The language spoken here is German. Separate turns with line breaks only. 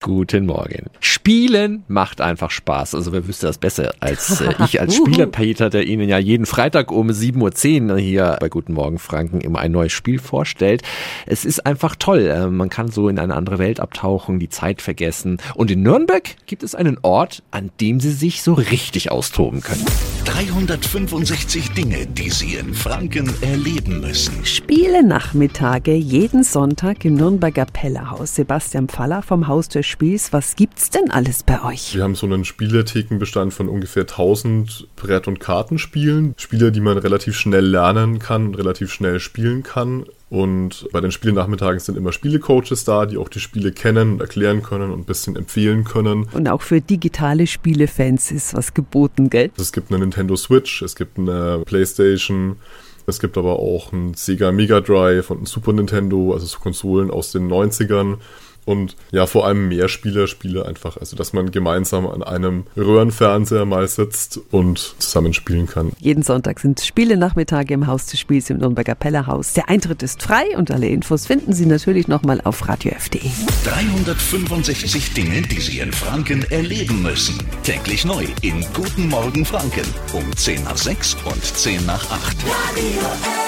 Guten Morgen. Spielen macht einfach Spaß. Also wer wüsste das besser als ich als Spieler-Peter, der Ihnen ja jeden Freitag um 7.10 Uhr hier bei Guten Morgen Franken immer ein neues Spiel vorstellt. Es ist einfach toll. Man kann so in eine andere Welt abtauchen, die Zeit vergessen. Und in Nürnberg gibt es einen Ort, an dem Sie sich so richtig austoben können.
365 Dinge, die Sie in Franken erleben müssen.
Spiele-Nachmittage jeden Sonntag im Nürnberger Pellerhaus. Sebastian Pfaller vom Haus des Spiels. Was gibt's denn alles bei euch?
Wir haben so einen Spielerthekenbestand von ungefähr 1000 Brett- und Kartenspielen. Spiele, die man relativ schnell lernen kann und relativ schnell spielen kann. Und bei den Spielnachmittagen sind immer Spielecoaches da, die auch die Spiele kennen und erklären können und ein bisschen empfehlen können.
Und auch für digitale Spielefans ist was geboten, gell?
Es gibt eine Nintendo Switch, es gibt eine PlayStation, es gibt aber auch einen Sega Mega Drive und einen Super Nintendo, also so Konsolen aus den 90ern. Und ja, vor allem Mehrspieler-Spiele einfach, also dass man gemeinsam an einem Röhrenfernseher mal sitzt und zusammen spielen kann.
Jeden Sonntag sind Spiele-Nachmittage im Haus des Spiels im Nürnberger Pellerhaus. Der Eintritt ist frei und alle Infos finden Sie natürlich nochmal auf radiof.de.
365 Dinge, die Sie in Franken erleben müssen. Täglich neu in Guten Morgen Franken um 10 nach 6 und 10 nach 8.
Radio F.